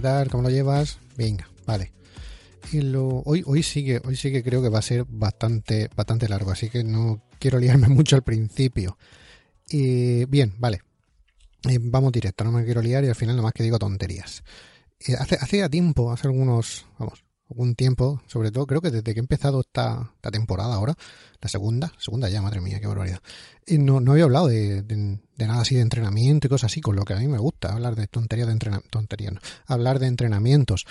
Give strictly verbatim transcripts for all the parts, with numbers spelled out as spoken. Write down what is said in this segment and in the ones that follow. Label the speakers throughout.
Speaker 1: ¿qué tal? ¿Cómo lo llevas? Venga, vale. Y lo, hoy, hoy sí que, hoy sí que creo que va a ser bastante, bastante largo, así que no quiero liarme mucho al principio. Y bien, vale. Eh, vamos directo, no me quiero liar y al final nomás que digo tonterías. Eh, hace, hace ya tiempo, hace algunos, vamos, algún tiempo, sobre todo, creo que desde que he empezado esta, esta temporada ahora, la segunda, segunda ya, madre mía, qué barbaridad. Y no, no había hablado de, de, de nada así de entrenamiento y cosas así, con lo que a mí me gusta, hablar de tonterías de entrenamiento, tonterías, no, hablar de entrenamientos.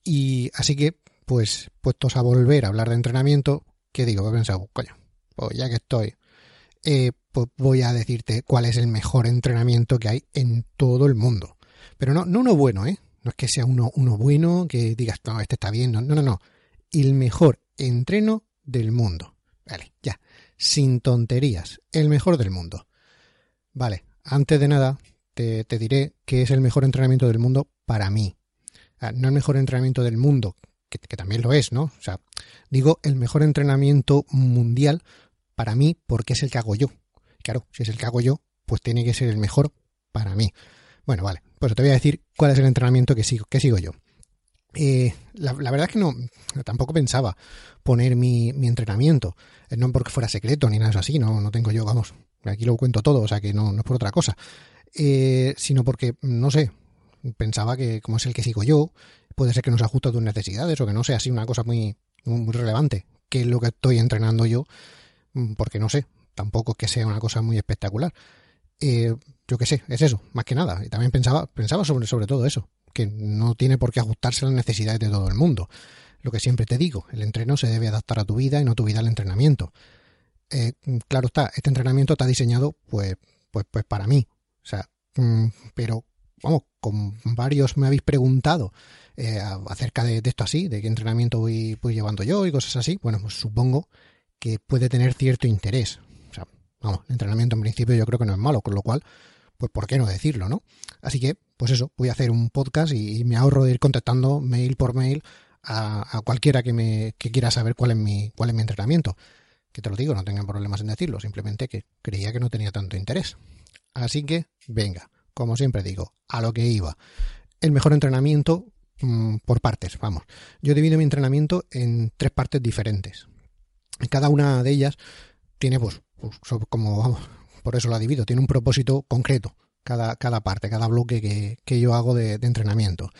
Speaker 1: Y así que, pues, puestos a volver a hablar de entrenamiento, ¿qué digo? He pensado, coño, pues ya que estoy, eh, pues voy a decirte cuál es el mejor entrenamiento que hay en todo el mundo. Pero no, no uno bueno, ¿eh? No es que sea uno, uno bueno, que digas, no, este está bien, no, no, no, no. El mejor entreno del mundo. Vale, ya. Sin tonterías. El mejor del mundo. Vale, antes de nada, te, te diré que es el mejor entrenamiento del mundo para mí. No el mejor entrenamiento del mundo, que, que también lo es, ¿no? O sea, digo el mejor entrenamiento mundial para mí porque es el que hago yo. Claro, si es el que hago yo, pues tiene que ser el mejor para mí. Bueno, vale, pues te voy a decir cuál es el entrenamiento que sigo, que sigo yo. Eh, la, la verdad es que no, tampoco pensaba poner mi, mi entrenamiento, eh, no porque fuera secreto ni nada así, no, no tengo yo, vamos, aquí lo cuento todo, o sea que no, no es por otra cosa, eh, sino porque, no sé, pensaba que como es el que sigo yo, puede ser que no se ajuste a tus necesidades o que no sea así una cosa muy, muy, muy relevante, que es lo que estoy entrenando yo, porque no sé, tampoco que sea una cosa muy espectacular. Eh, yo qué sé, es eso, más que nada. Y también pensaba, pensaba sobre, sobre todo eso, que no tiene por qué ajustarse a las necesidades de todo el mundo. Lo que siempre te digo, el entreno se debe adaptar a tu vida y no tu vida al entrenamiento. Eh, claro está, este entrenamiento está diseñado pues, pues, pues para mí. O sea, mmm, pero vamos, con varios me habéis preguntado eh, acerca de, de esto así, de qué entrenamiento voy, voy llevando yo y cosas así. Bueno, pues supongo que puede tener cierto interés. O sea, vamos, el entrenamiento en principio yo creo que no es malo, con lo cual, pues ¿por qué no decirlo, no? Así que, pues eso, voy a hacer un podcast y, y me ahorro de ir contestando mail por mail a, a cualquiera que me que quiera saber cuál es mi cuál es mi entrenamiento. Que te lo digo, no tengan problemas en decirlo, simplemente que creía que no tenía tanto interés. Así que, venga, como siempre digo, a lo que iba. El mejor entrenamiento mmm, por partes, vamos. Yo divido mi entrenamiento en tres partes diferentes. Cada una de ellas tiene, pues, pues como vamos, por eso la divido, tiene un propósito concreto, cada, cada parte, cada bloque que, que yo hago de, de entrenamiento.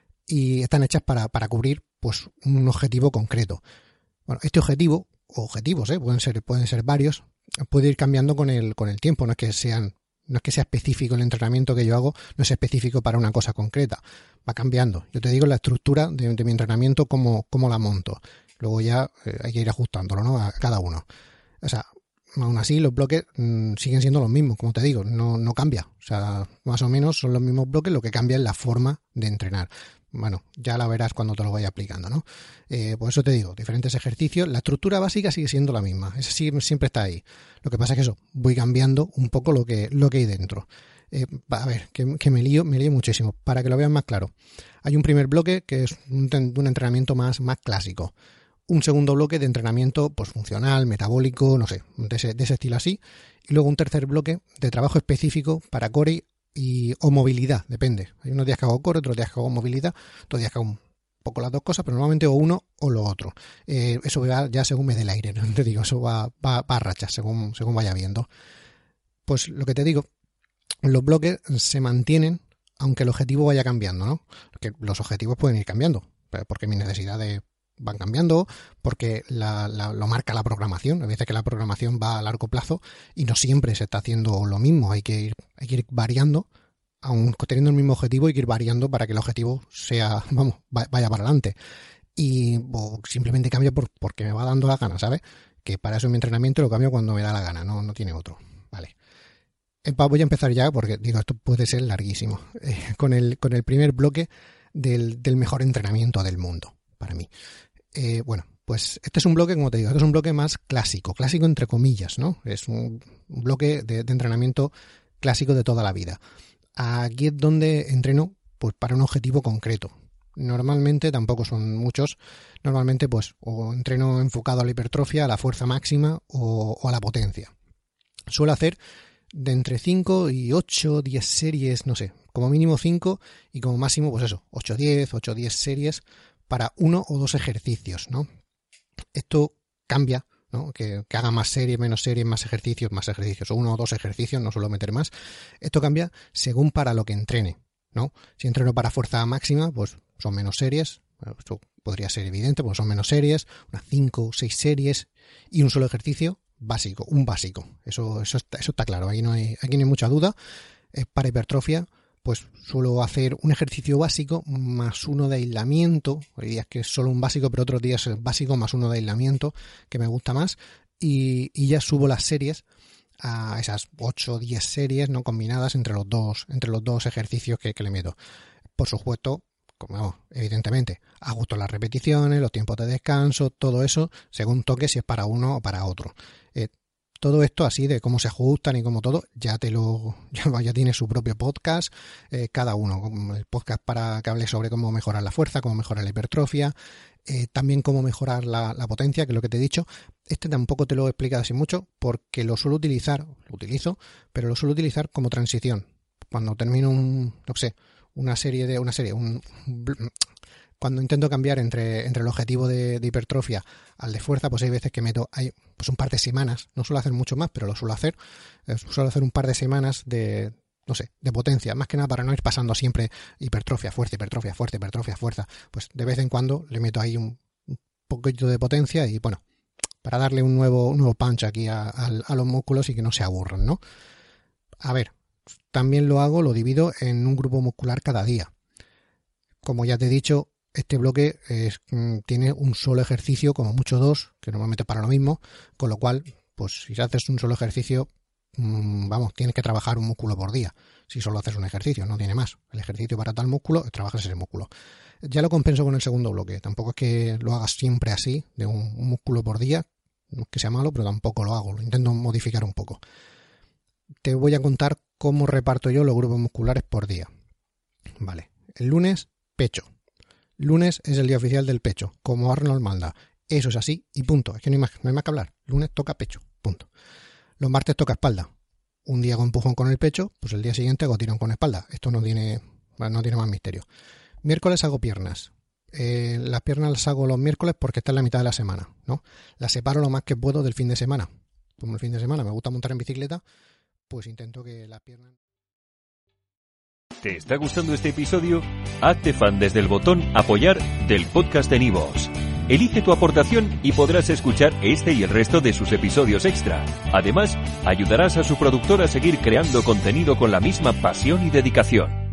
Speaker 1: Y están hechas para, para cubrir, pues, un objetivo concreto. Bueno, este objetivo, o objetivos, ¿eh? pueden ser, pueden ser varios, puede ir cambiando con el, con el tiempo, no es que sean, no es que sea específico el entrenamiento que yo hago, no es específico para una cosa concreta, va cambiando. Yo te digo la estructura de, de mi entrenamiento, cómo, cómo la monto. Luego ya eh, hay que ir ajustándolo, ¿no? A cada uno. O sea, aún así los bloques mmm, siguen siendo los mismos, como te digo, no, no cambia. O sea, más o menos son los mismos bloques, lo que cambia es la forma de entrenar. Bueno, ya la verás cuando te lo vaya aplicando, ¿no? Eh, por eso te digo, diferentes ejercicios. La estructura básica sigue siendo la misma. Esa sí, siempre está ahí. Lo que pasa es que eso, voy cambiando un poco lo que, lo que hay dentro. Eh, a ver, que, que me lío, me lío muchísimo. Para que lo vean más claro. Hay un primer bloque que es un, un entrenamiento más, más clásico. Un segundo bloque de entrenamiento pues funcional, metabólico, no sé, de ese, de ese estilo así. Y luego un tercer bloque de trabajo específico para core y, o movilidad, depende. Hay unos días que hago core, otros días que hago movilidad, otros días que hago un poco las dos cosas, pero normalmente o uno o lo otro. Eh, eso va ya según me dé el aire, ¿no? Te digo, eso va, va, va a rachas según, según vaya viendo. Pues lo que te digo, los bloques se mantienen aunque el objetivo vaya cambiando, ¿no? Porque los objetivos pueden ir cambiando, porque mis necesidades van cambiando, porque la, la, lo marca la programación. A veces que la programación va a largo plazo y no siempre se está haciendo lo mismo. Hay que ir, hay que ir variando, aun teniendo el mismo objetivo, hay que ir variando para que el objetivo sea, vamos, vaya para adelante. Y o simplemente cambio por, porque me va dando la gana, ¿sabes? Que para eso mi entrenamiento lo cambio cuando me da la gana, no, no tiene otro. Vale. Voy a empezar ya porque, digo, esto puede ser larguísimo. Eh, con, el, con el primer bloque del, del mejor entrenamiento del mundo, para mí. Eh, bueno, pues este es un bloque, como te digo, este es un bloque más clásico, clásico entre comillas, ¿no? Es un, un bloque de, de entrenamiento clásico de toda la vida. Aquí es donde entreno pues para un objetivo concreto. Normalmente tampoco son muchos, normalmente pues o entreno enfocado a la hipertrofia, a la fuerza máxima o, o a la potencia. Suelo hacer de entre cinco y ocho, diez series, no sé, como mínimo cinco y como máximo, pues eso, ocho diez, ocho diez series para uno o dos ejercicios, ¿no? Esto cambia, ¿no? Que, que haga más series, menos series, más ejercicios, más ejercicios, o uno o dos ejercicios, no suelo meter más. Esto cambia según para lo que entrene, ¿no? Si entreno para fuerza máxima, pues son menos series. Bueno, esto podría ser evidente, pues son menos series, unas cinco o seis series y un solo ejercicio básico, un básico. Eso, eso, está, eso está claro, aquí no hay, aquí no hay mucha duda. Eh, para hipertrofia, pues suelo hacer un ejercicio básico más uno de aislamiento. Hay días que es solo un básico, pero otros días es básico más uno de aislamiento, que me gusta más. Y, y ya subo las series a esas ocho o diez series, ¿no? Combinadas entre los dos, entre los dos ejercicios que, que le meto. Por supuesto, como evidentemente, ajusto las repeticiones, los tiempos de descanso, todo eso, según toque si es para uno o para otro. Eh, Todo esto así de cómo se ajustan y cómo todo, ya te lo ya, ya tiene su propio podcast, eh, cada uno. El podcast para que hable sobre cómo mejorar la fuerza, cómo mejorar la hipertrofia, eh, también cómo mejorar la, la potencia, que es lo que te he dicho. Este tampoco te lo he explicado así mucho porque lo suelo utilizar, lo utilizo, pero lo suelo utilizar como transición. Cuando termino un, no sé, una serie de, una serie, un... Cuando intento cambiar entre, entre el objetivo de, de hipertrofia al de fuerza, pues hay veces que meto hay, pues un par de semanas, no suelo hacer mucho más, pero lo suelo hacer, eh, suelo hacer un par de semanas de, no sé, de potencia, más que nada para no ir pasando siempre hipertrofia, fuerza, hipertrofia, fuerza, hipertrofia, fuerza, pues de vez en cuando le meto ahí un, un poquito de potencia y bueno, para darle un nuevo, un nuevo punch aquí a, a, a los músculos y que no se aburran, ¿no? A ver, también lo hago, lo divido en un grupo muscular cada día. Como ya te he dicho, este bloque es, tiene un solo ejercicio, como mucho dos, que normalmente para lo mismo, con lo cual, pues si haces un solo ejercicio, mmm, vamos, tienes que trabajar un músculo por día. Si solo haces un ejercicio, no tiene más. El ejercicio para tal músculo, trabajas ese músculo. Ya lo compenso con el segundo bloque. Tampoco es que lo hagas siempre así, de un, un músculo por día, no es que sea malo, pero tampoco lo hago, lo intento modificar un poco. Te voy a contar cómo reparto yo los grupos musculares por día. Vale, el lunes, pecho. Lunes es el día oficial del pecho, como Arnold manda. Eso es así y punto. Es que no hay más, no hay más que hablar. Lunes toca pecho, punto. Los martes toca espalda. Un día hago empujón con el pecho, pues el día siguiente hago tirón con espalda. Esto no tiene, no tiene más misterio. Miércoles hago piernas. Eh, las piernas las hago los miércoles porque está en la mitad de la semana, ¿no? Las separo lo más que puedo del fin de semana. Como el fin de semana me gusta montar en bicicleta, pues intento que las piernas...
Speaker 2: ¿Te está gustando este episodio? Hazte fan desde el botón Apoyar del podcast de Nivos. Elige tu aportación y podrás escuchar este y el resto de sus episodios extra. Además, ayudarás a su productor a seguir creando contenido con la misma pasión y dedicación.